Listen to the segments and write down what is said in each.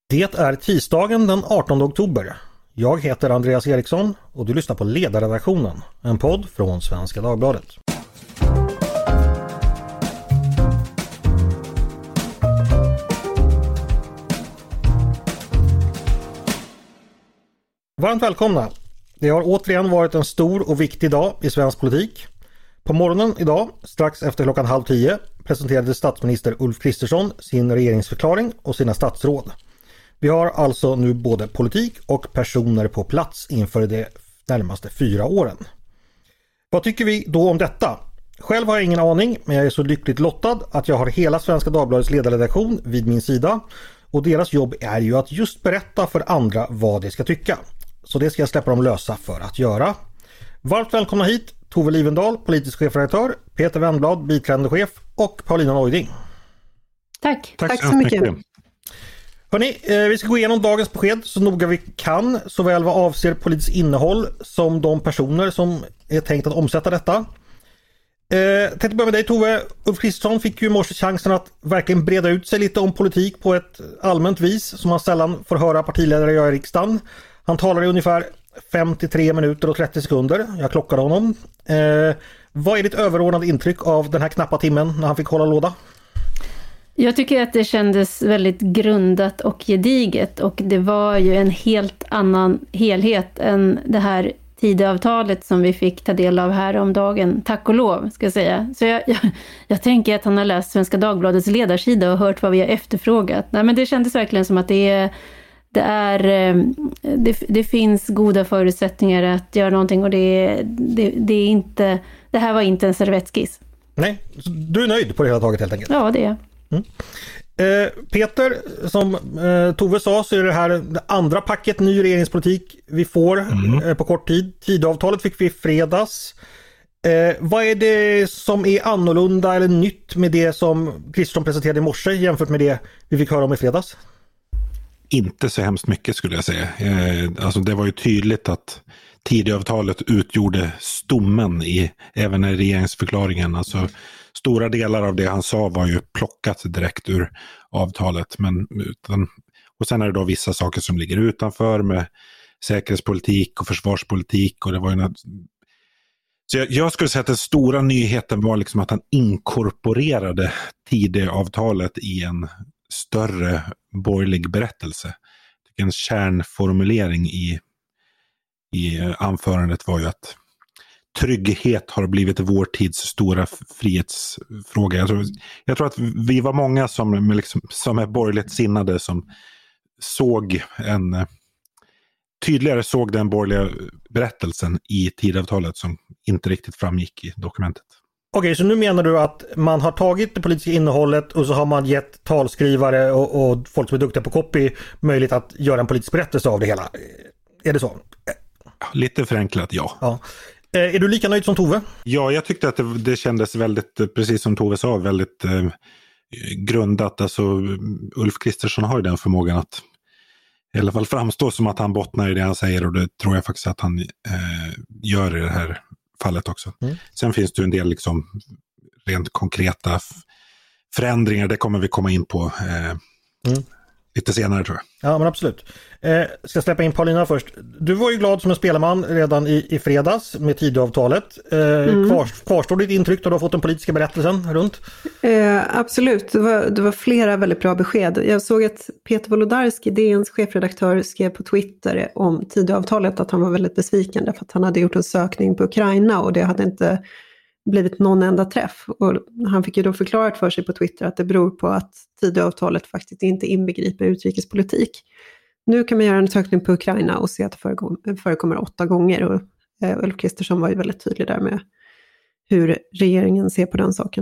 Det är tisdagen den 18 oktober. Jag heter Andreas Eriksson och du lyssnar på Ledarredaktionen, en podd från Svenska Dagbladet. Varmt välkomna! Det har återigen varit en stor och viktig dag i svensk politik. På morgonen idag, strax efter 9:30, presenterade statsminister Ulf Kristersson sin regeringsförklaring och sina statsråd. Vi har alltså nu både politik och personer på plats inför de närmaste 4 åren. Vad tycker vi då om detta? Själv har jag ingen aning, men jag är så lyckligt lottad att jag har hela Svenska Dagbladets ledarredaktion vid min sida. Och deras jobb är ju att just berätta för andra vad de ska tycka. Så det ska jag släppa dem lösa för att göra. Varmt välkomna hit Tove Livendal, politisk chefredaktör, Peter Wennblad, biträdande chef och Paulina Neuding. Tack så mycket. Hörrni, vi ska gå igenom dagens besked så noga vi kan, såväl vad avser politiskt innehåll som de personer som är tänkt att omsätta detta. Tänkte börja med dig Tove. Ulf Kristersson fick ju i morse chansen att verkligen breda ut sig lite om politik på ett allmänt vis som man sällan får höra partiledare göra i riksdagen. Han talade i ungefär 53 minuter och 30 sekunder. Jag klockade honom. Vad är ditt överordnade intryck av den här knappa timmen när han fick hålla låda? Jag tycker att det kändes väldigt grundat och gediget, och det var ju en helt annan helhet än det här Tidöavtalet som vi fick ta del av här om dagen, tack och lov ska jag säga. Så jag tänker att han har läst Svenska Dagbladets ledarsida och hört vad vi har efterfrågat. Nej, men det kändes verkligen som att det finns goda förutsättningar att göra någonting, och det här var inte en servettskiss. Nej, du är nöjd på det hela taget helt enkelt? Ja, det är jag. Peter, som Tove sa så är det här det andra packet ny regeringspolitik vi får på kort tid. Tidöavtalet fick vi i fredags. Vad är det som är annorlunda eller nytt med det som Kristersson presenterade i morse jämfört med det vi fick höra om i fredags? Inte så hemskt mycket skulle jag säga. Alltså det var ju tydligt att Tidöavtalet utgjorde stommen även i regeringsförklaringen. Alltså stora delar av det han sa var ju plockat direkt ur avtalet. Och sen är det då vissa saker som ligger utanför med säkerhetspolitik och försvarspolitik. Och det var ju så jag skulle säga att den stora nyheten var liksom att han inkorporerade Tidöavtalet i en större borgerlig berättelse. En kärnformulering i anförandet var ju att trygghet har blivit vår tids stora frihetsfråga. Jag tror att vi var många som är borgerligt sinnade som tydligare såg den borgerliga berättelsen i Tidöavtalet som inte riktigt framgick i dokumentet. Okej, så nu menar du att man har tagit det politiska innehållet och så har man gett talskrivare och folk som är duktiga på copy möjlighet att göra en politisk berättelse av det hela. Är det så? Lite förenklat, ja. Är du lika nöjd som Tove? Ja, jag tyckte att det kändes väldigt, precis som Tove sa, väldigt grundat. Alltså, Ulf Kristersson har ju den förmågan att i alla fall framstå som att han bottnar i det han säger, och det tror jag faktiskt att han gör i det här fallet också. Sen finns det ju en del liksom rent konkreta förändringar, det kommer vi komma in på lite senare tror jag. Ja, men absolut. Ska släppa in Paulina först. Du var ju glad som en spelarman redan i fredags med Tidöavtalet. Kvarstår ditt intryck då du har fått den politiska berättelsen runt? Absolut. Det var flera väldigt bra besked. Jag såg att Peter Wolodarski, DNs chefredaktör, skrev på Twitter om Tidöavtalet att han var väldigt besviken därför att han hade gjort en sökning på Ukraina och det hade inte blivit någon enda träff. Och han fick ju då förklarat för sig på Twitter att det beror på att Tidöavtalet faktiskt inte inbegriper utrikespolitik. Nu kan man göra en sökning på Ukraina och se att det förekommer 8 gånger. Och Ulf Kristersson var ju väldigt tydlig där med hur regeringen ser på den saken.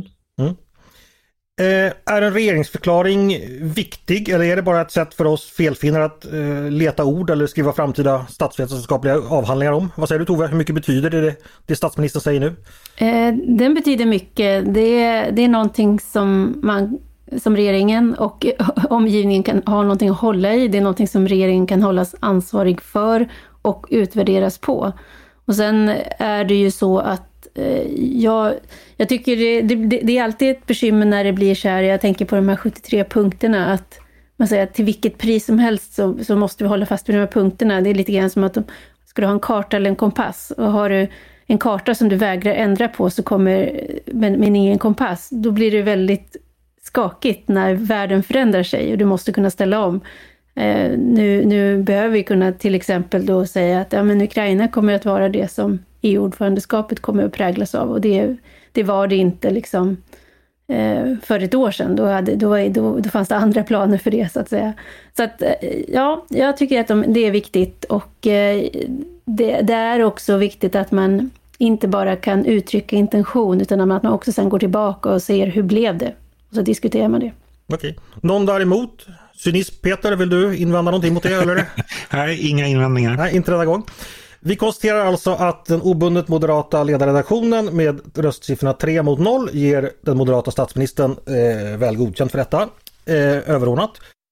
Är en regeringsförklaring viktig eller är det bara ett sätt för oss felfinnare att leta ord eller skriva framtida statsvetenskapliga avhandlingar om? Vad säger du Tove? Hur mycket betyder det statsministern säger nu? Den betyder mycket. Det är någonting som regeringen och omgivningen kan ha någonting att hålla i. Det är någonting som regeringen kan hållas ansvarig för och utvärderas på. Och sen är det ju så att jag tycker det är alltid ett bekymmer när det blir så här. Jag tänker på de här 73 punkterna, att man säger att till vilket pris som helst så måste vi hålla fast vid de här punkterna. Det är lite grann som att ska du ha en karta eller en kompass, och har du en karta som du vägrar ändra på så kommer, men ingen kompass, då blir det väldigt skakigt när världen förändrar sig och du måste kunna ställa om. Nu behöver vi kunna till exempel då säga att men Ukraina kommer att vara det som EU-ordförandeskapet kommer att präglas av, och det var det inte liksom för ett år sedan. Då fanns det andra planer för det, så att säga. Så att ja, jag tycker att det är viktigt, och det är också viktigt att man inte bara kan uttrycka intention, utan att man också sen går tillbaka och ser hur blev det, och så diskuterar man det. Okej. Någon däremot? Cynism, Peter, vill du invända någonting mot det, eller? Nej, inga invändningar. Nej, inte denna gång. Vi konstaterar alltså att den obundet moderata ledarredaktionen med röstsiffrorna 3-0 ger den moderata statsministern väl godkänt för detta. Överordnat.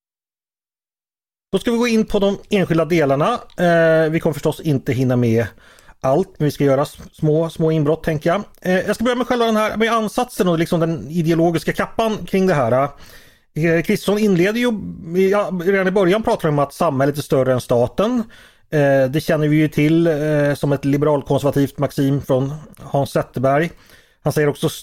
Då ska vi gå in på de enskilda delarna. Vi kommer förstås inte hinna med allt, men vi ska göra små inbrott, tänker jag. Jag ska börja med själva den här med ansatsen och liksom den ideologiska kappan kring det här. Kristersson inleder ju, redan i början pratar om att samhället är större än staten. Det känner vi ju till som ett liberalkonservativt maxim från Hans Zetterberg. Han säger också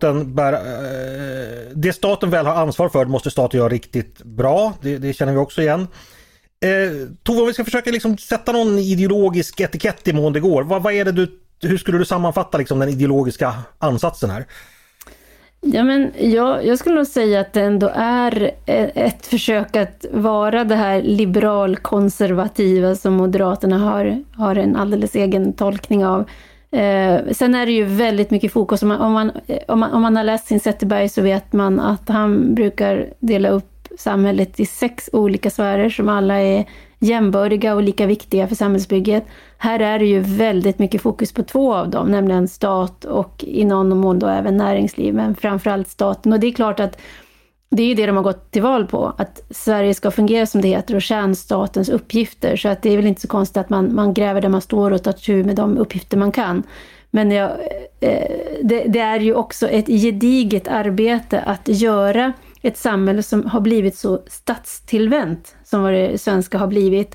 det staten väl har ansvar för måste staten göra riktigt bra. Det känner vi också igen. Tove, om vi ska försöka liksom sätta någon ideologisk etikett i mån det går. Vad är det hur skulle du sammanfatta liksom den ideologiska ansatsen här? Ja, men jag skulle nog säga att det ändå är ett försök att vara det här liberal-konservativa som Moderaterna har en alldeles egen tolkning av. Sen är det ju väldigt mycket fokus. Om man har läst sin Zetterberg så vet man att han brukar dela upp samhället i 6 olika sfärer som alla är jämbördiga och lika viktiga för samhällsbygget. Här är det ju väldigt mycket fokus på 2 av dem, nämligen stat och i någon mån då även näringsliv, men framförallt staten. Och det är klart att det är ju det de har gått till val på, att Sverige ska fungera som det heter och kärnstatens uppgifter. Så att det är väl inte så konstigt att man gräver där man står och tar tur med de uppgifter man kan. Men det är ju också ett gediget arbete att göra ett samhälle som har blivit så statstillvänt som vad det svenska har blivit,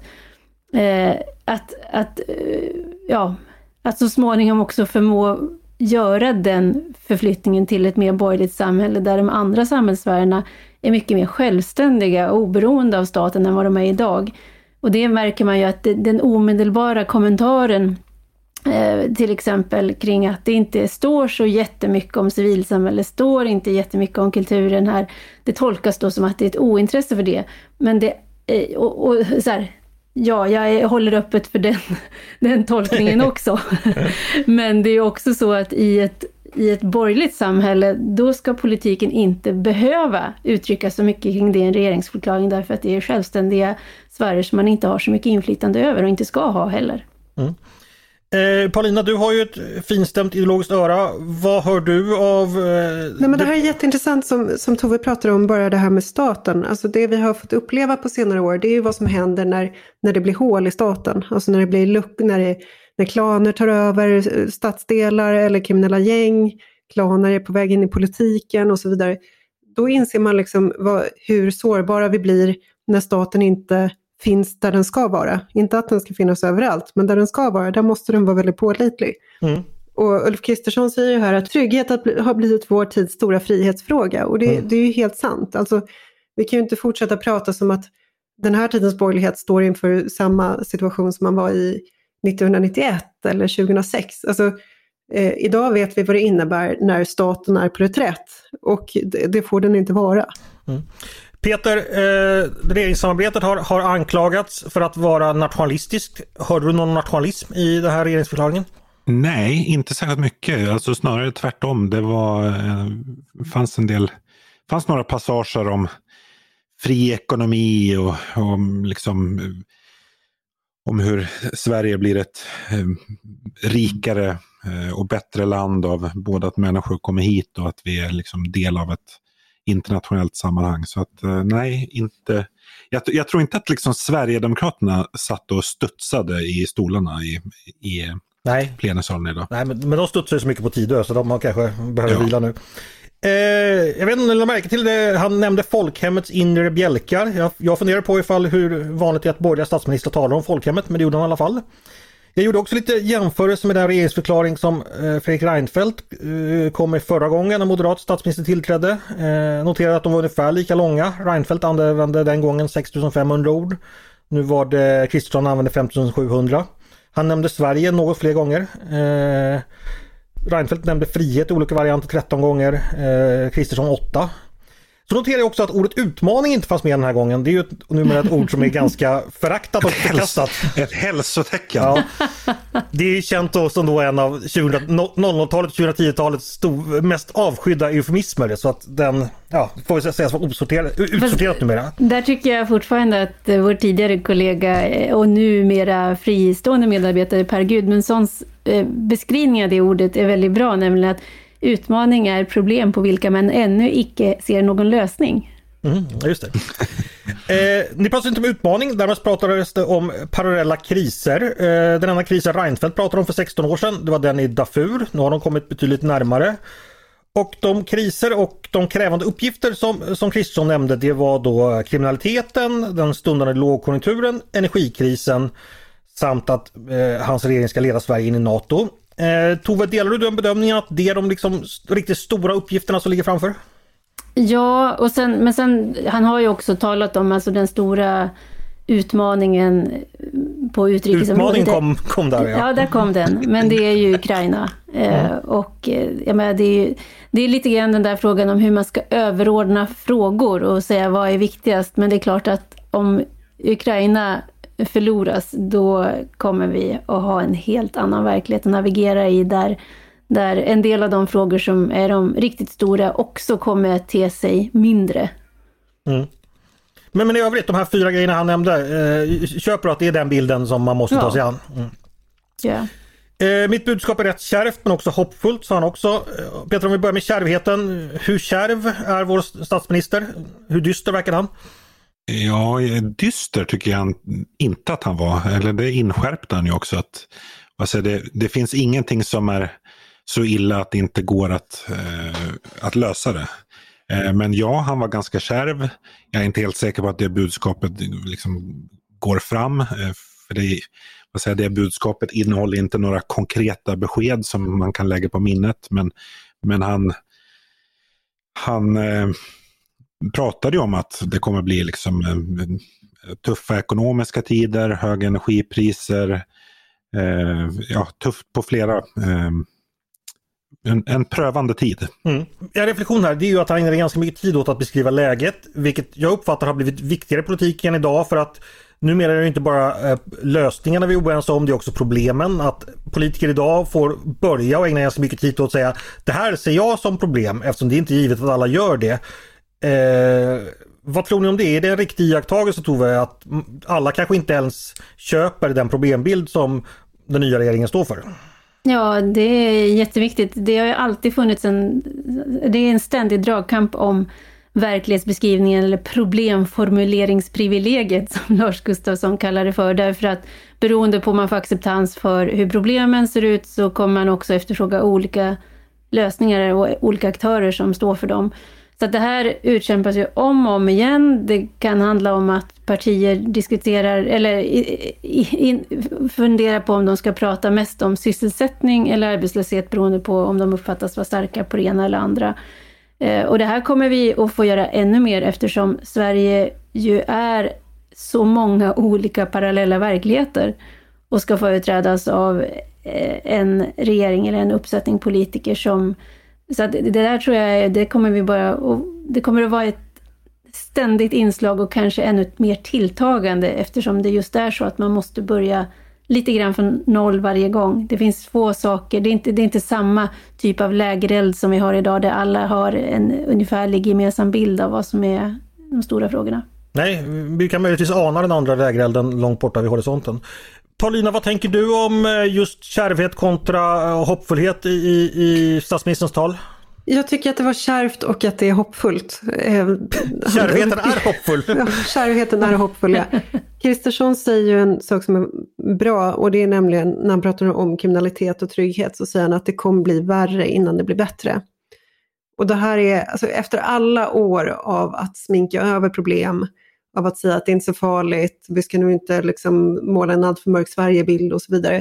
att så småningom också förmå göra den förflyttningen till ett mer borgerligt samhälle där de andra samhällssfärerna är mycket mer självständiga och oberoende av staten än vad de är idag. Och det märker man ju att den omedelbara kommentaren till exempel kring att det inte står så jättemycket om civilsamhälle, står inte jättemycket om kulturen här. Det tolkas då som att det är ett ointresse för det. Men det och så här, ja, jag håller öppet för den tolkningen också. Men det är också så att i ett borgerligt samhälle, då ska politiken inte behöva uttrycka så mycket kring det i en regeringsförklaring, därför att det är självständiga sfärer som man inte har så mycket inflytande över och inte ska ha heller. Mm. Paulina, du har ju ett finstämt ideologiskt öra. Vad hör du av... Nej, men det här är jätteintressant som Tove pratar om, bara det här med staten. Alltså det vi har fått uppleva på senare år, det är ju vad som händer när det blir hål i staten. Alltså när det blir när klaner tar över stadsdelar eller kriminella gäng, klaner är på väg in i politiken och så vidare. Då inser man liksom hur sårbara vi blir när staten inte finns där den ska vara. Inte att den ska finnas överallt, men där den ska vara, där måste den vara väldigt pålitlig. Mm. Och Ulf Kristersson säger ju här att trygghet har blivit vår tids stora frihetsfråga. Och det är ju helt sant. Alltså, vi kan ju inte fortsätta prata som att den här tidens borgerlighet står inför samma situation som man var i 1991 eller 2006. Alltså, idag vet vi vad det innebär när staten är på reträtt. Och det får den inte vara. Mm. Peter, regeringssamarbetet har anklagats för att vara nationalistiskt. Hörde du någon nationalism i den här regeringsförklaringen? Nej, inte särskilt mycket. Alltså snarare tvärtom. Det fanns några passager om fri ekonomi och om hur Sverige blir ett rikare och bättre land av både att människor kommer hit och att vi är liksom del av ett internationellt sammanhang. Så att nej, inte. Jag tror inte att liksom Sverigedemokraterna satt och studsade i stolarna i plenisalen idag. Nej, men de studsar ju så mycket på Tidö så de har kanske behöver vila nu. Jag vet inte om ni lade märke till det, han nämnde folkhemmets inre bjälkar. Jag funderar på ifall hur vanligt det är att borgerliga statsminister talar om folkhemmet, men det gjorde han i alla fall. Jag gjorde också lite jämförelse med den regeringsförklaring som Fredrik Reinfeldt kom med förra gången när moderat statsminister tillträdde. Noterade att de var ungefär lika långa. Reinfeldt använde den gången 6500 ord. Nu var det Kristersson använde 5700. Han nämnde Sverige något fler gånger. Reinfeldt nämnde frihet i olika varianter 13 gånger. Kristersson 8. Så noterar jag också att ordet utmaning inte fanns med den här gången. Det är ju numera ett ord som är ganska föraktat och förkastat. Ett hälsotecken. Ja. Det är känt då som då en av 00-talet och 2010-talets mest avskydda eufemismer. Så att den, får vi säga, var utsorterat numera. Där tycker jag fortfarande att vår tidigare kollega och numera fristående medarbetare Per Gudmundssons beskrivning av det ordet är väldigt bra. Nämligen att utmaning är problem på vilka man ännu icke ser någon lösning. Just det. Ni pratar inte om utmaning, därmed pratades det om parallella kriser. Den enda krisen Reinfeldt pratade om för 16 år sedan, det var den i Darfur. Nu har de kommit betydligt närmare. Och de kriser och de krävande uppgifter som Kristersson nämnde, det var då kriminaliteten, den stundande lågkonjunkturen, energikrisen samt att hans regering ska leda Sverige in i NATO. Tove, delar du den bedömningen att det är de liksom riktigt stora uppgifterna som ligger framför? Ja, men sen han har ju också talat om alltså den stora utmaningen på utrikesområdet. Utmaningen kom där, ja. Ja, där kom den. Men det är ju Ukraina. Och jag menar, det är lite grann den där frågan om hur man ska överordna frågor och säga vad är viktigast. Men det är klart att om Ukraina förloras, då kommer vi att ha en helt annan verklighet att navigera i där en del av de frågor som är de riktigt stora också kommer att te sig mindre. Men i övrigt, de här 4 grejerna han nämnde, köper att det är den bilden som man måste ta sig an. Ja. Mitt budskap är rätt kärvt men också hoppfullt, sa han också. Peter, om vi börjar med kärvheten. Hur kärv är vår statsminister? Hur dyster verkar han? Ja, dyster tycker jag inte att han var. Eller det inskärpte han ju också. Att, alltså det finns ingenting som är så illa att det inte går att lösa det. Men ja, han var ganska kärv. Jag är inte helt säker på att det budskapet liksom går fram. För det budskapet innehåller inte några konkreta besked som man kan lägga på minnet. Men han pratade ju om att det kommer bli liksom tuffa ekonomiska tider, höga energipriser, tufft på flera, en prövande tid. En reflektion här, det är ju att han ägnar ganska mycket tid åt att beskriva läget, vilket jag uppfattar har blivit viktigare i politiken idag, för att numera är det inte bara lösningarna vi är oense om, det är också problemen. Att politiker idag får börja och ägna ganska mycket tid åt att säga det här ser jag som problem, eftersom det är inte givet att alla gör det. Vad tror ni om det? Är det en riktig iakttagelse, Tove, att alla kanske inte ens köper den problembild som den nya regeringen står för? Ja, det är jätteviktigt. Det har ju alltid funnits det är en ständig dragkamp om verklighetsbeskrivningen eller problemformuleringsprivilegiet som Lars Gustafsson kallar det för. Därför att beroende på om man får acceptans för hur problemen ser ut så kommer man också efterfråga olika lösningar och olika aktörer som står för dem. Så att det här utkämpas ju om och om igen. Det kan handla om att partier diskuterar eller funderar på om de ska prata mest om sysselsättning eller arbetslöshet beroende på om de uppfattas vara starka på det ena eller andra. Och det här kommer vi att få göra ännu mer eftersom Sverige ju är så många olika parallella verkligheter och ska företrädas av en regering eller en uppsättning politiker som... Så att det där tror jag, det kommer att vara ett ständigt inslag och kanske ännu mer tilltagande eftersom det just är så att man måste börja lite grann från noll varje gång. Det finns få saker, det är inte samma typ av lägereld som vi har idag där alla har en ungefärlig gemensam bild av vad som är de stora frågorna. Nej, vi kan möjligtvis ana den andra lägerelden långt borta vid horisonten. Paulina, vad tänker du om just kärvhet kontra hoppfullhet i statsministerns tal? Jag tycker att det var kärvt och att det är hoppfullt. Kärvheten är hoppfull. Ja, kärvheten är hoppfull, ja. Kristersson säger ju en sak som är bra och det är nämligen när han pratar om kriminalitet och trygghet så säger han att det kommer bli värre innan det blir bättre. Och det här är, alltså efter alla år av att sminka över problem, av att säga att det inte är så farligt, vi ska nu inte liksom måla en alltför mörk Sverigebild och så vidare.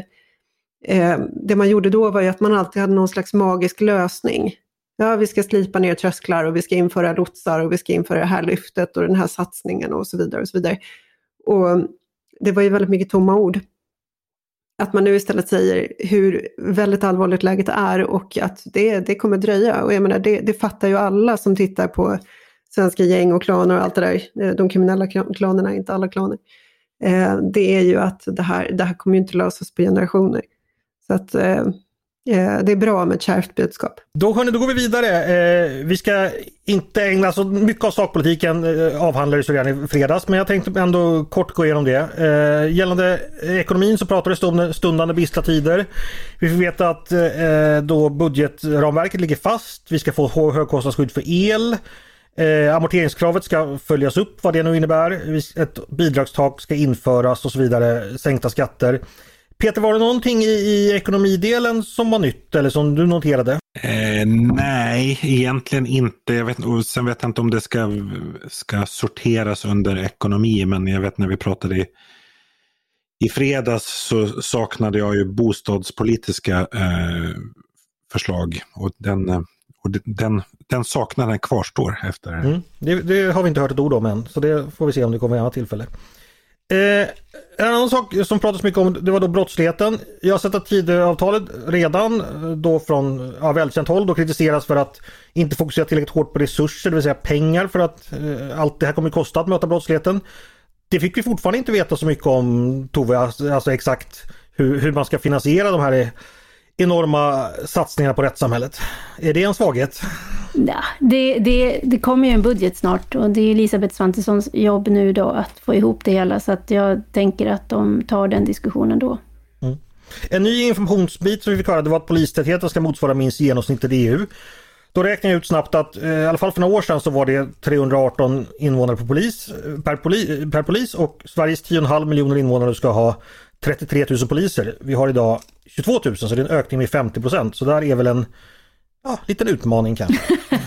Det man gjorde då var ju att man alltid hade någon slags magisk lösning. Ja, vi ska slipa ner trösklar och vi ska införa lotsar och vi ska införa det här lyftet och den här satsningen och så vidare och så vidare. Och det var ju väldigt mycket tomma ord. Att man nu istället säger hur väldigt allvarligt läget är och att det kommer dröja. Och jag menar, det fattar ju alla som tittar på svenska gäng och klaner och allt det där. De kriminella klanerna, inte alla klaner. Det är ju att det här kommer ju inte lösas på generationer. Så att det är bra med ett kärvt budskap. Då går vi vidare. Vi ska inte ägna så mycket av sakpolitiken, avhandlades redan i fredags, men jag tänkte ändå kort gå igenom det. Gällande ekonomin så pratades det om stundande bistra tider. Vi får veta att då budgetramverket ligger fast. Vi ska få högkostnadsskydd för el. Amorteringskravet ska följas upp, vad det nu innebär. Ett bidragstak ska införas och så vidare. Sänkta skatter. Peter, var det någonting i ekonomidelen som var nytt eller som du noterade? Nej, egentligen inte. Sen vet jag inte om det ska sorteras under ekonomi, men jag vet när vi pratade i fredags så saknade jag ju bostadspolitiska förslag och den saknaden kvarstår efter. Det har vi inte hört ett ord om än, så det får vi se om det kommer i annat tillfälle. En annan sak som pratas mycket om, det var då brottsligheten. Jag har sett att Tidöavtalet redan då från välkänt håll då kritiseras för att inte fokusera tillräckligt hårt på resurser, det vill säga pengar, för att allt det här kommer kosta att möta brottsligheten. Det fick vi fortfarande inte veta så mycket om, Tove, alltså exakt hur man ska finansiera de här enorma satsningarna på rättssamhället. Är det en svaghet? Ja, det kommer ju en budget snart och det är Elisabeth Svantessons jobb nu då att få ihop det hela, så att jag tänker att de tar den diskussionen då. En ny informationsbit som vi fick höra, det var att polistätheten ska motsvara minst genomsnittet i EU. Då räknar jag ut snabbt att i alla fall för några år sedan så var det 318 invånare per polis och Sveriges 10,5 miljoner invånare ska ha 33 000 poliser. Vi har idag 22 000, så det är en ökning med 50%. Så där är väl en liten utmaning kanske.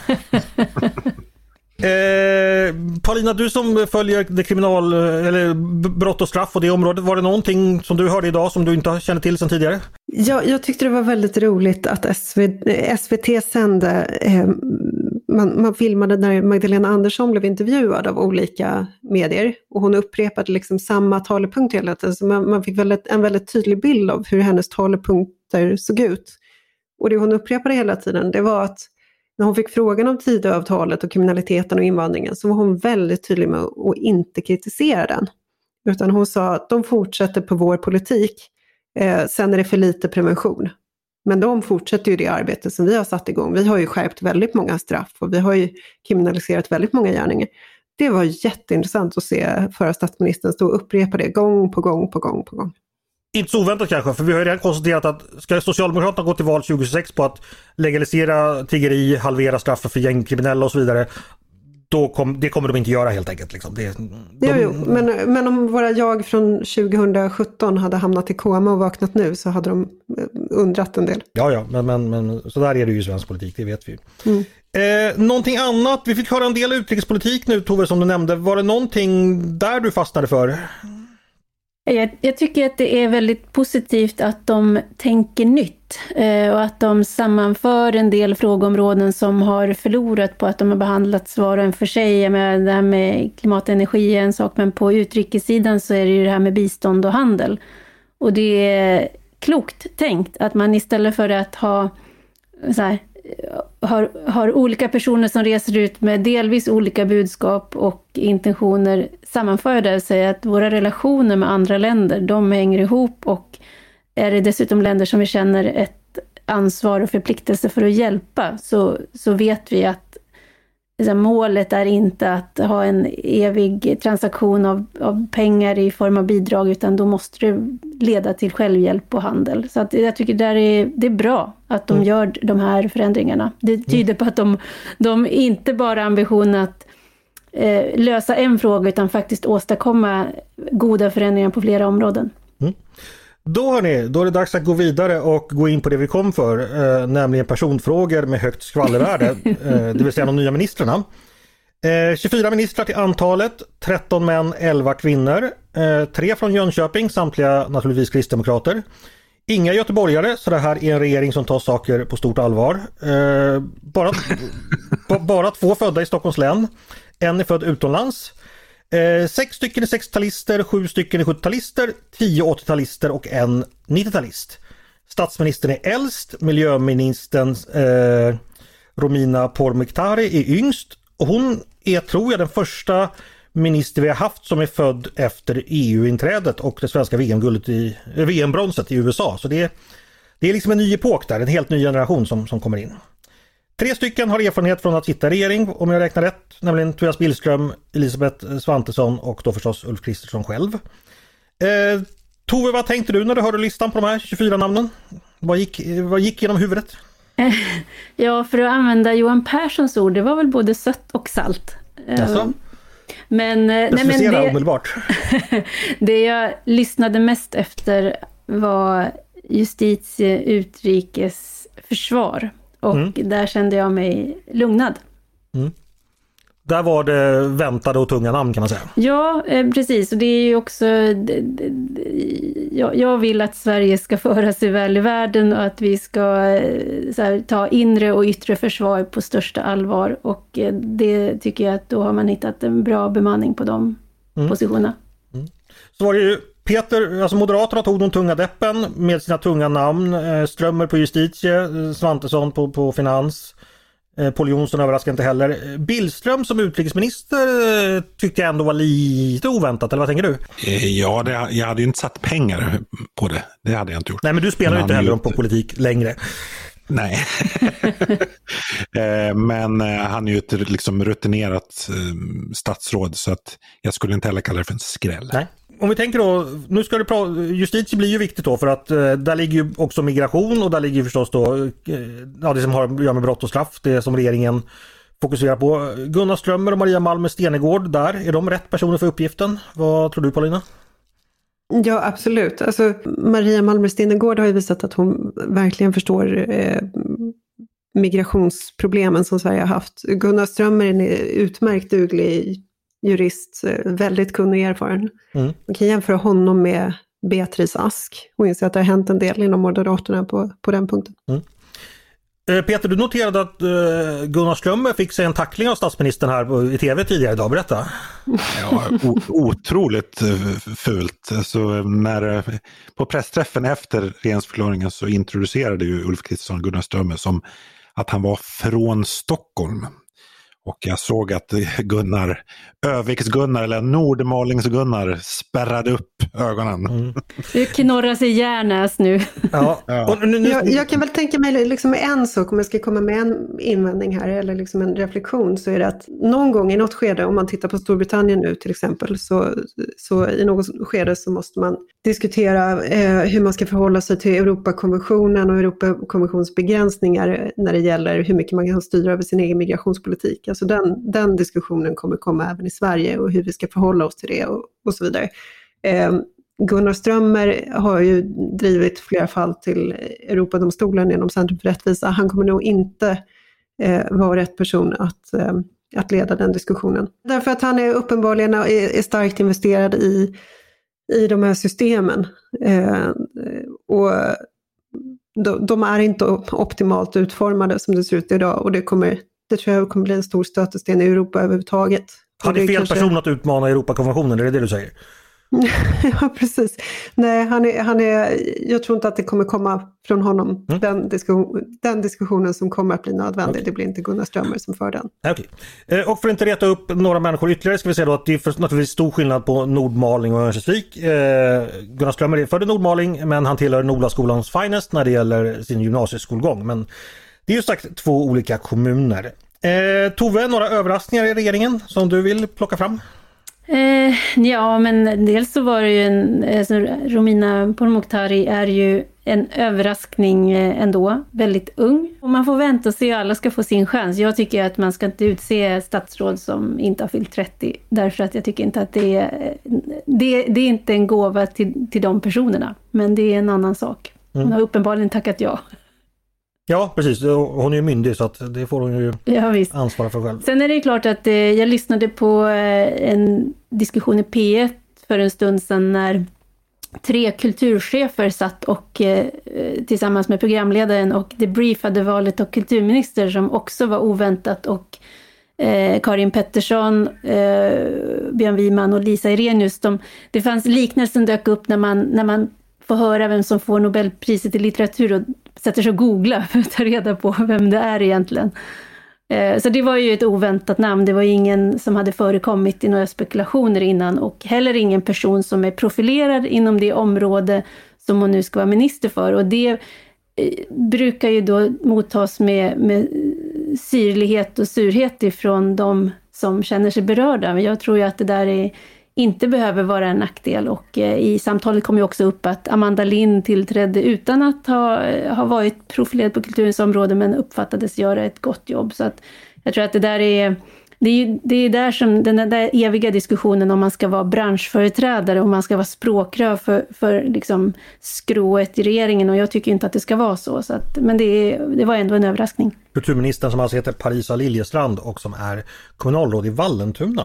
Paulina, du som följer det brott och straff och det området, var det någonting som du hörde idag som du inte kände till sedan tidigare? Ja, jag tyckte det var väldigt roligt att SVT sände, man filmade när Magdalena Andersson blev intervjuad av olika medier och hon upprepade liksom samma talepunkt hela tiden, så man fick en väldigt tydlig bild av hur hennes talepunkter såg ut. Och det hon upprepade hela tiden, det var att när hon fick frågan om Tidöavtalet och kriminaliteten och invandringen så var hon väldigt tydlig med att inte kritisera den. Utan hon sa att de fortsätter på vår politik, sen är det för lite prevention. Men de fortsätter ju det arbete som vi har satt igång. Vi har ju skärpt väldigt många straff och vi har ju kriminaliserat väldigt många gärningar. Det var jätteintressant att se förra statsministern stå och upprepa det gång på gång på gång på gång. Inte så oväntat kanske, för vi har ju redan konstaterat att ska Socialdemokraterna gå till val 2026 på att legalisera tiggeri, halvera straffen för gängkriminella och så vidare, det kommer de inte göra helt enkelt. Liksom. Men om våra jag från 2017 hade hamnat i koma och vaknat nu så hade de undrat en del. Ja, men så där är det ju i svensk politik, det vet vi. Någonting annat, vi fick höra en del utrikespolitik nu, Tove, som du nämnde. Var det någonting där du fastnade för? Jag tycker att det är väldigt positivt att de tänker nytt och att de sammanför en del frågeområden som har förlorat på att de har behandlats var och en för sig. Med det här med klimat och energi är en sak, men på utrikessidan så är det ju det här med bistånd och handel. Och det är klokt tänkt att man istället för att ha så här, har olika personer som reser ut med delvis olika budskap och intentioner sammanför det och säger att våra relationer med andra länder, de hänger ihop, och är det dessutom länder som vi känner ett ansvar och förpliktelse för att hjälpa, så vet vi att målet är inte att ha en evig transaktion av pengar i form av bidrag, utan då måste det leda till självhjälp och handel. Så att jag tycker det är bra att de gör de här förändringarna. Det tyder på att de inte bara har ambition att lösa en fråga, utan faktiskt åstadkomma goda förändringar på flera områden. Då hörni, då är det dags att gå vidare och gå in på det vi kom för, nämligen personfrågor med högt skvallervärde, det vill säga de nya ministrarna. 24 ministrar till antalet, 13 män, 11 kvinnor, 3 från Jönköping, samtliga naturligtvis kristdemokrater. Inga göteborgare, så det här är en regering som tar saker på stort allvar. Bara 2 födda i Stockholms län, en är född utomlands. 6 stycken är 60-talister, 7 stycken är 70-talister, 10 80-talister och en 90-talist. Statsministern är äldst, miljöministern Romina Pourmokhtari är yngst och hon är, tror jag, den första minister vi har haft som är född efter EU-inträdet och det svenska VM-bronset i USA. Så det är liksom en ny epok där, en helt ny generation som kommer in. 3 stycken har erfarenhet från att sitta i regering, om jag räknar rätt, nämligen Tobias Billström, Elisabeth Svantesson och då förstås Ulf Kristersson själv. Tove, vad tänkte du när du hörde listan på de här 24 namnen? Vad gick genom huvudet? Ja, för att använda Johan Perssons ord, det var väl både sött och salt. Jaså? Men omedelbart. Det jag lyssnade mest efter var justitie, utrikes, försvar. Och där kände jag mig lugnad. Där var det väntade och tunga namn kan man säga. Ja, precis. Och det är ju också... Jag vill att Sverige ska föra sig väl i världen och att vi ska så här, ta inre och yttre försvar på största allvar. Och det tycker jag att då har man hittat en bra bemanning på de positionerna. Så var det ju Peter, alltså Moderaterna tog de tunga deppen med sina tunga namn. Strömmer på justitie, Svantesson på finans. Paul Jonsson överraskar inte heller. Billström som utrikesminister tyckte jag ändå var lite oväntat, eller vad tänker du? Ja, jag hade ju inte satt pengar på det. Det hade jag inte gjort. Nej, men du spelar ju inte heller på politik längre. Nej. Men han är ju ett liksom rutinerat statsråd så att jag skulle inte heller kalla det för en skräll. Nej. Om vi tänker då, nu ska justitie blir ju viktigt då för att där ligger ju också migration och där ligger ju förstås då det som har att göra med brott och straff, det som regeringen fokuserar på. Gunnar Strömmer och Maria Malmer Stenergård där, är de rätt personer för uppgiften? Vad tror du, Paulina? Ja, absolut. Alltså, Maria Malmer Stenergård har ju visat att hon verkligen förstår migrationsproblemen som Sverige har haft. Gunnar Strömmer är en utmärkt duglig jurist, väldigt kunnig och erfaren. Man kan jämföra honom med Beatrice Ask och inse att det har hänt en del inom Moderaterna på den punkten. Peter, du noterade att Gunnar Strömmer fick sig en tackling av statsministern här i tv tidigare idag, berätta. Ja, otroligt fult. Så på pressträffen efter regeringsförklaringen så introducerade ju Ulf Kristersson Gunnar Strömmer som att han var från Stockholm. Och jag såg att Öviks-Gunnar eller Nordmalings-Gunnar spärrade upp ögonen. Du knorrar sig järnäs nu. Ja. Jag kan väl tänka mig liksom en sak, om jag ska komma med en invändning här eller liksom en reflektion, så är det att någon gång i något skede, om man tittar på Storbritannien nu till exempel, så i något skede så måste man diskutera hur man ska förhålla sig till Europakonventionen och Europakonventionsbegränsningar när det gäller hur mycket man kan styra över sin egen migrationspolitik. Alltså den diskussionen kommer komma även i Sverige och hur vi ska förhålla oss till det och så vidare. Gunnar Strömmer har ju drivit flera fall till Europadomstolen genom Centrum för rättvisa. Han kommer nog inte vara rätt person att leda den diskussionen. Därför att han är uppenbarligen är starkt investerad i de här systemen. Och de är inte optimalt utformade som det ser ut idag, och det tror jag kommer bli en stor stötesten i Europa överhuvudtaget. Han är fel person att utmana Europakonventionen, är det du säger? Ja, precis. Nej, han är, jag tror inte att det kommer komma från honom, den diskussionen som kommer att bli nödvändig. Okay. Det blir inte Gunnar Strömmer som för den. Okay. Och för att inte reta upp några människor ytterligare ska vi säga då att det är naturligtvis stor skillnad på Nordmaling och Örnsköldsvik. Gunnar Strömmer är född i Nordmaling, men han tillhör Nordaskolans finest när det gäller sin gymnasieskolgång. Men det är ju sagt 2 olika kommuner. Tove, några överraskningar i regeringen som du vill plocka fram? Ja, men dels så var det ju Romina Pourmokhtari är ju en överraskning ändå, väldigt ung. Och man får vänta och se, alla ska få sin chans. Jag tycker att man ska inte utse statsråd som inte har fyllt 30, därför att jag tycker inte att det är inte en gåva till de personerna. Men det är en annan sak. Hon har uppenbarligen tackat ja. Ja, precis. Hon är ju myndig så att det får hon ju ansvara för själv. Sen är det klart att jag lyssnade på en diskussion i P1 för en stund sedan när 3 kulturchefer satt och tillsammans med programledaren och debriefade valet av kulturminister som också var oväntat, och Karin Pettersson, Björn Wiman och Lisa Irenius. Det fanns liknelsen dök upp när man får höra vem som får Nobelpriset i litteratur och sätter sig och googla för att ta reda på vem det är egentligen. Så det var ju ett oväntat namn. Det var ingen som hade förekommit i några spekulationer innan, och heller ingen person som är profilerad inom det område som hon nu ska vara minister för. Och det brukar ju då mottas med syrlighet och surhet ifrån de som känner sig berörda. Men jag tror ju att det där inte behöver vara en nackdel, och i samtalet kom ju också upp att Amanda Lind tillträdde utan att ha varit profilerad på kulturens område, men uppfattades göra ett gott jobb. Så att jag tror att det är där som den där eviga diskussionen om man ska vara branschföreträdare, om man ska vara språkrör för liksom skrået i regeringen, och jag tycker inte att det ska vara så att, men det var ändå en överraskning. Kulturministern, som alltså heter Parisa Liljestrand och som är kommunalråd i Vallentuna.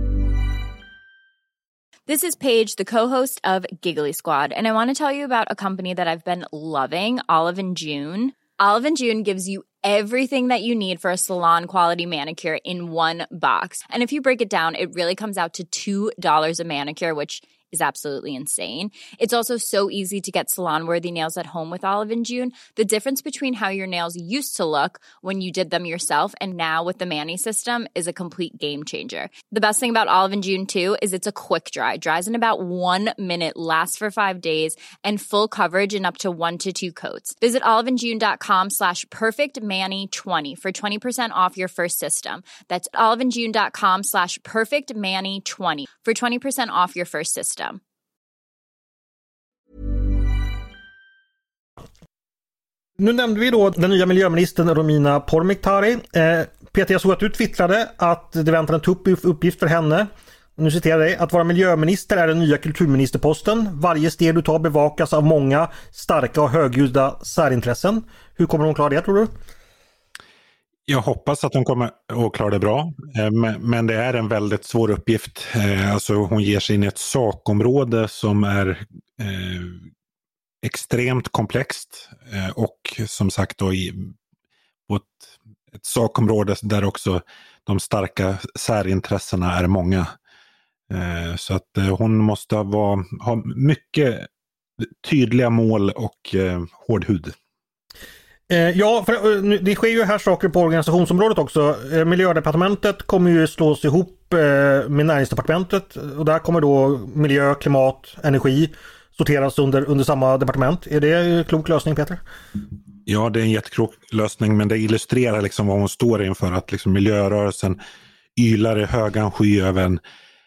This is Paige, the co-host of Giggly Squad, and I want to tell you about a company that I've been loving, Olive & June. Olive & June gives you everything that you need for a salon-quality manicure in one box. And if you break it down, it really comes out to $2 a manicure, which is absolutely insane. It's also so easy to get salon-worthy nails at home with Olive & June. The difference between how your nails used to look when you did them yourself and now with the Mani system is a complete game changer. The best thing about Olive & June too is it's a quick dry. Dries in about 1 minute, lasts for 5 days, and full coverage in up to 1 to 2 coats. Visit oliveandjune.com/perfectmani20 for 20% off your first system. That's oliveandjune.com/perfectmani20 for 20% off your first system. Nu nämnde vi då den nya miljöministern Romina Pourmokhtari. Peter, jag såg att du twittrade att det väntar en tuff uppgift för henne. Nu citerar jag dig: att vara miljöminister är den nya kulturministerposten. Varje steg du tar bevakas av många starka och högljudda särintressen. Hur kommer hon klara det, tror du? Jag hoppas att hon kommer att klara det bra, men det är en väldigt svår uppgift. Alltså hon ger sig in i ett sakområde som är extremt komplext, och som sagt då på ett sakområde där också de starka särintressena är många. Så att hon måste ha mycket tydliga mål och hård hud. Ja, för det sker ju här saker på organisationsområdet också. Miljödepartementet kommer ju slås ihop med näringsdepartementet, och där kommer då miljö, klimat, energi sorteras under samma departement. Är det en klok lösning, Peter? Ja, det är en jätteklok lösning, men det illustrerar liksom vad hon står inför, att liksom miljörörelsen ylar i högan sky över en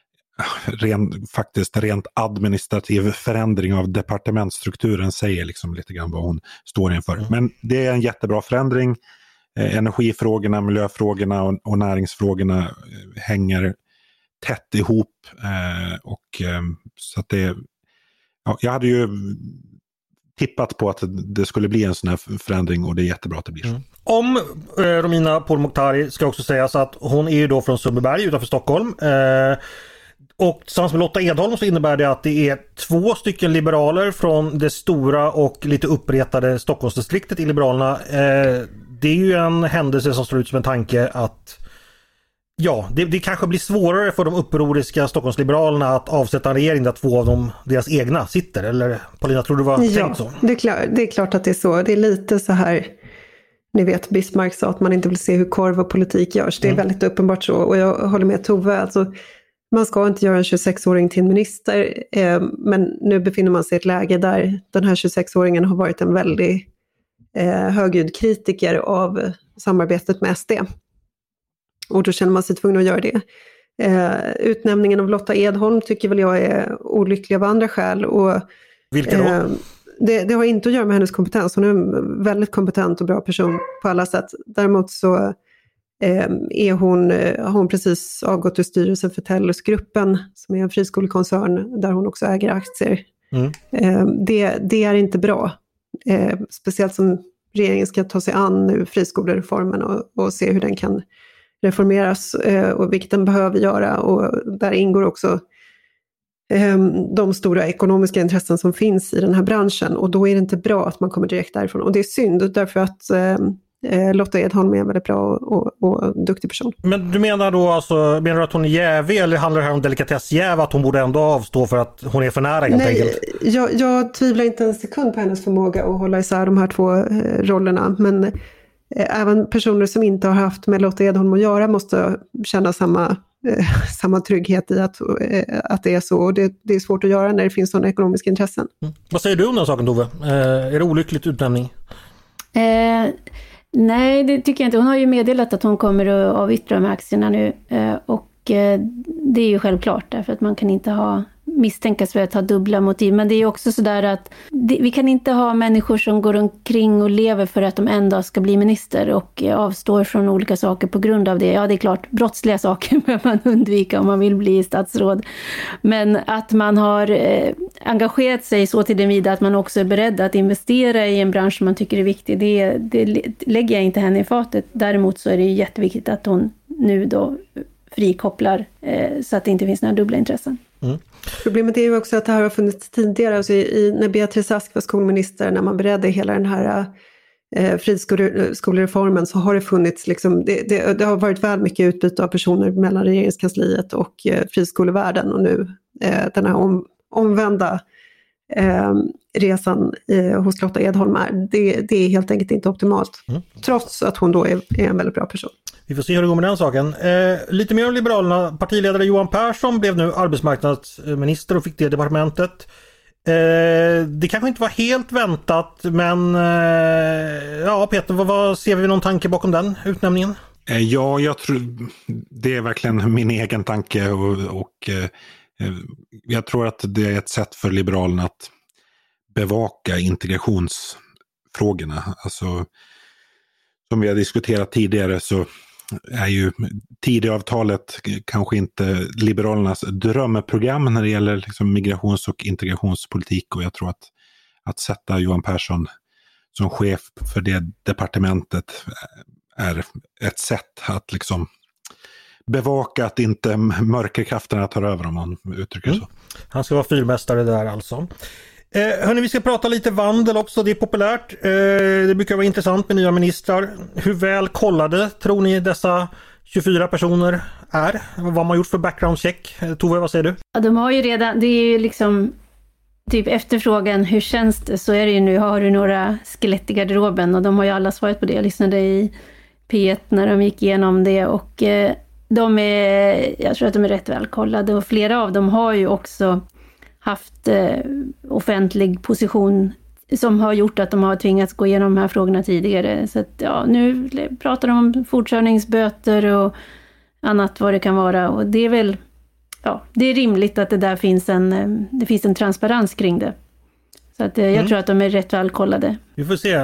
rent administrativ förändring av departementsstrukturen, säger liksom lite grann vad hon står inför. Men det är en jättebra förändring. Energifrågorna, miljöfrågorna och näringsfrågorna hänger tätt ihop, och så att det, ja, jag hade ju tippat på att det skulle bli en sån här förändring, och det är jättebra att det blir så. Om Romina Pourmokhtari ska också sägas att hon är ju då från Sundbyberg utanför Stockholm. Och tillsammans med Lotta Edholm så innebär det att det är 2 stycken liberaler från det stora och lite uppretade Stockholmsdistriktet i Liberalerna. Det är ju en händelse som står ut som en tanke att det kanske blir svårare för de upproriska Stockholmsliberalerna att avsätta en regering där 2 av deras egna sitter. Eller Paulina, tror du var tänkt så? Det är klart att det är så. Det är lite så här, ni vet, Bismarck sa att man inte vill se hur korv och politik görs. Det är väldigt uppenbart så, och jag håller med Tove. Alltså, man ska inte göra en 26-åring till en minister, men nu befinner man sig i ett läge där den här 26-åringen har varit en väldigt högljudd kritiker av samarbetet med SD. Och då känner man sig tvungen att göra det. Utnämningen av Lotta Edholm tycker väl jag är olycklig av andra skäl. Och, vilka då? Det har inte att göra med hennes kompetens. Hon är en väldigt kompetent och bra person på alla sätt. Däremot så har hon precis avgått ur styrelsen för Tellusgruppen, som är en friskolekoncern där hon också äger aktier. Det är inte bra. Speciellt som regeringen ska ta sig an nu friskolereformen och se hur den kan reformeras och vilket den behöver göra. Och där ingår också de stora ekonomiska intressen som finns i den här branschen, och då är det inte bra att man kommer direkt därifrån. Och det är synd, därför att Lotta Edholm är en väldigt bra och duktig person. Men du menar då menar du att hon är jävig, eller handlar det här om delikatessjäv, att hon borde ändå avstå för att hon är för nära helt enkelt? Jag tvivlar inte en sekund på hennes förmåga att hålla isär de här två rollerna, men även personer som inte har haft med Lotta Edholm att göra måste känna samma trygghet i att det är så, och det är svårt att göra när det finns sådana ekonomiska intressen. Vad säger du om den saken, Tove? Är det olyckligt utnämning? Nej, det tycker jag inte. Hon har ju meddelat att hon kommer att avyttra de här aktierna nu, och det är ju självklart, därför att man kan inte misstänkas för att ha dubbla motiv. Men det är också sådär att vi kan inte ha människor som går omkring och lever för att de en dag ska bli minister och avstår från olika saker på grund av det. Ja, det är klart, brottsliga saker behöver man undvika om man vill bli statsråd. Men att man har engagerat sig så till den vida att man också är beredd att investera i en bransch som man tycker är viktig, det lägger jag inte henne i fatet. Däremot så är det ju jätteviktigt att hon nu då frikopplar så att det inte finns några dubbla intressen. Problemet är ju också att det här har funnits tidigare, alltså när Beatrice Ask var skolminister, när man beredde hela den här friskolereformen, så har det funnits liksom, det har varit väl mycket utbyte av personer mellan regeringskansliet och friskolevärlden, och nu den här omvända resan hos Lotta Edholm det är helt enkelt inte optimalt, trots att hon då är en väldigt bra person. Vi får se hur det går med den saken. Lite mer om Liberalerna. Partiledare Johan Persson blev nu arbetsmarknadsminister och fick det departementet. Det kanske inte var helt väntat, men ja, Peter, vad ser vi någon tanke bakom den utnämningen? Ja, jag tror det är verkligen min egen tanke, och jag tror att det är ett sätt för Liberalerna att bevaka integrationsfrågorna. Alltså, som vi har diskuterat tidigare så är ju Tidöavtalet kanske inte Liberalernas drömprogram när det gäller liksom migrations- och integrationspolitik, och jag tror att sätta Johan Persson som chef för det departementet är ett sätt att liksom bevaka att inte mörkerkrafterna tar över, om man uttrycker så. Han ska vara fyrmästare där alltså. Hörni, vi ska prata lite vandel också, det är populärt. Det brukar vara intressant med nya ministrar. Hur väl kollade tror ni dessa 24 personer är? Vad har man gjort för background check? Tove, vad säger du? Ja, de har ju redan, det är ju liksom typ efterfrågan, hur känns det? Så är det ju nu, har du några skelett i garderoben? Och de har ju alla svarat på det. Jag lyssnade i P1 när de gick igenom det, och jag tror att de är rätt väl kollade, och flera av dem har ju också haft offentlig position som har gjort att de har tvingats gå igenom de här frågorna tidigare. Så att, ja, nu pratar de om fortkörningsböter och annat vad det kan vara, och det är väl, ja, det är rimligt att det finns en transparens kring det. Så att jag tror att de är rätt väl kollade. Vi får se.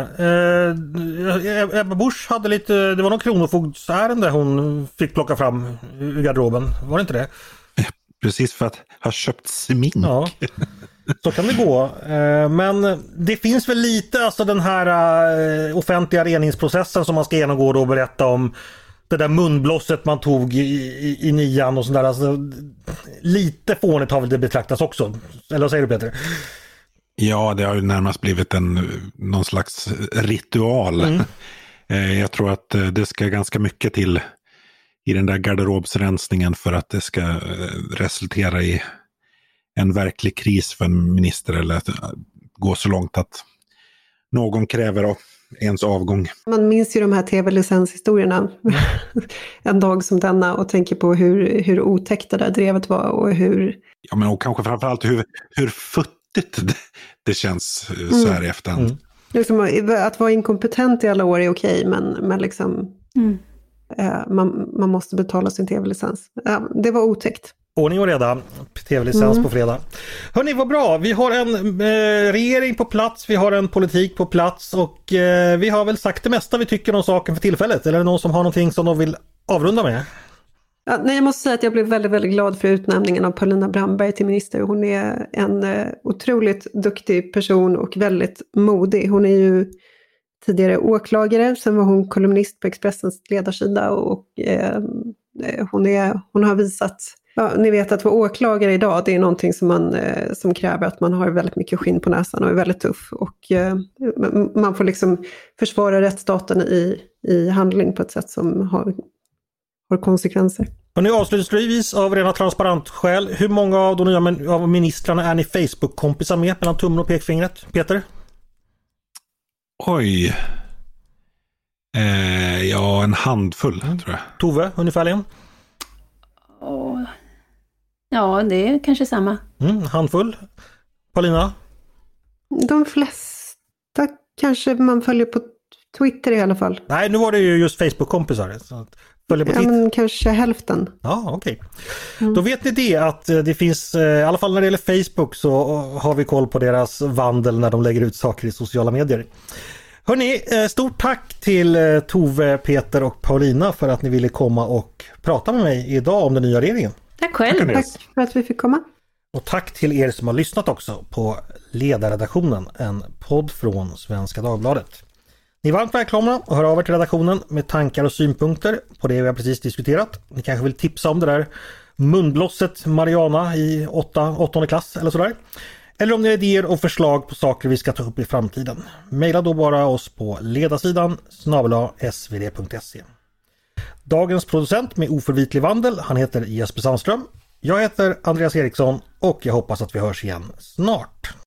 Ebba Busch hade lite, det var någon kronofogdsärende hon fick plocka fram ur garderoben, var det inte det? Precis, för att ha köpt smink. Ja, så kan det gå. Men det finns väl lite, alltså den här offentliga reningsprocessen som man ska genomgå då, och berätta om det där munblåset man tog i nian och sådär. Alltså, lite fånigt har väl det betraktats också. Eller vad säger du, Peter? Ja, det har ju närmast blivit någon slags ritual. Jag tror att det ska ganska mycket till i den där garderobsrensningen för att det ska resultera i en verklig kris för en minister, eller att gå så långt att någon kräver ens avgång. Man minns ju de här tv-licenshistorierna en dag som denna, och tänker på hur otäckt det där drevet var, och hur... Ja, men och kanske framförallt hur futtigt det känns så här i efterhand. Liksom, att vara inkompetent i alla år är okej, men liksom... man måste betala sin tv-licens. Det var otäckt. Ordning och reda, tv-licens på fredag. Hörrni, vad bra. Vi har en regering på plats, vi har en politik på plats och vi har väl sagt det mesta vi tycker om saken för tillfället. Eller är det någon som har någonting som de vill avrunda med? Ja, nej, jag måste säga att jag blev väldigt, väldigt glad för utnämningen av Paulina Brandberg till minister. Hon är en otroligt duktig person och väldigt modig. Hon är ju tidigare åklagare, sen var hon kolumnist på Expressens ledarsida och hon har visat, ni vet att vara åklagare idag, det är någonting som kräver att man har väldigt mycket skinn på näsan och är väldigt tuff. Och man får liksom försvara rättsstaten i handling på ett sätt som har konsekvenser. Och nu avslutningsvis av rena transparentskäl, hur många av de nya av ministrarna är ni Facebook-kompisar med mellan tummen och pekfingret? Peter? Oj. Ja, en handfull tror jag. Tove, ungefärligen? Ja, det är kanske samma. Handfull. Paulina? De flesta kanske man följer på Twitter i alla fall. Nej, nu var det ju just Facebook-kompisar. Så följer på Twitter. Men kanske hälften. Ja, okej. Då vet ni det att det finns, i alla fall när det gäller Facebook så har vi koll på deras vandel när de lägger ut saker i sociala medier. Hörrni, stort tack till Tove, Peter och Paulina för att ni ville komma och prata med mig idag om den nya regeringen. Tack själv. Tack för att vi fick komma. Och tack till er som har lyssnat också på Ledarredaktionen, en podd från Svenska Dagbladet. Ni är varmt välkomna att höra av er till redaktionen med tankar och synpunkter på det vi har precis diskuterat. Ni kanske vill tipsa om det där munblåset Mariana i 8:e klass eller sådär. Eller om ni har idéer och förslag på saker vi ska ta upp i framtiden. Maila då bara oss på ledarsidan @svd.se. Dagens producent med oförvitlig vandel, han heter Jesper Sandström. Jag heter Andreas Eriksson och jag hoppas att vi hörs igen snart.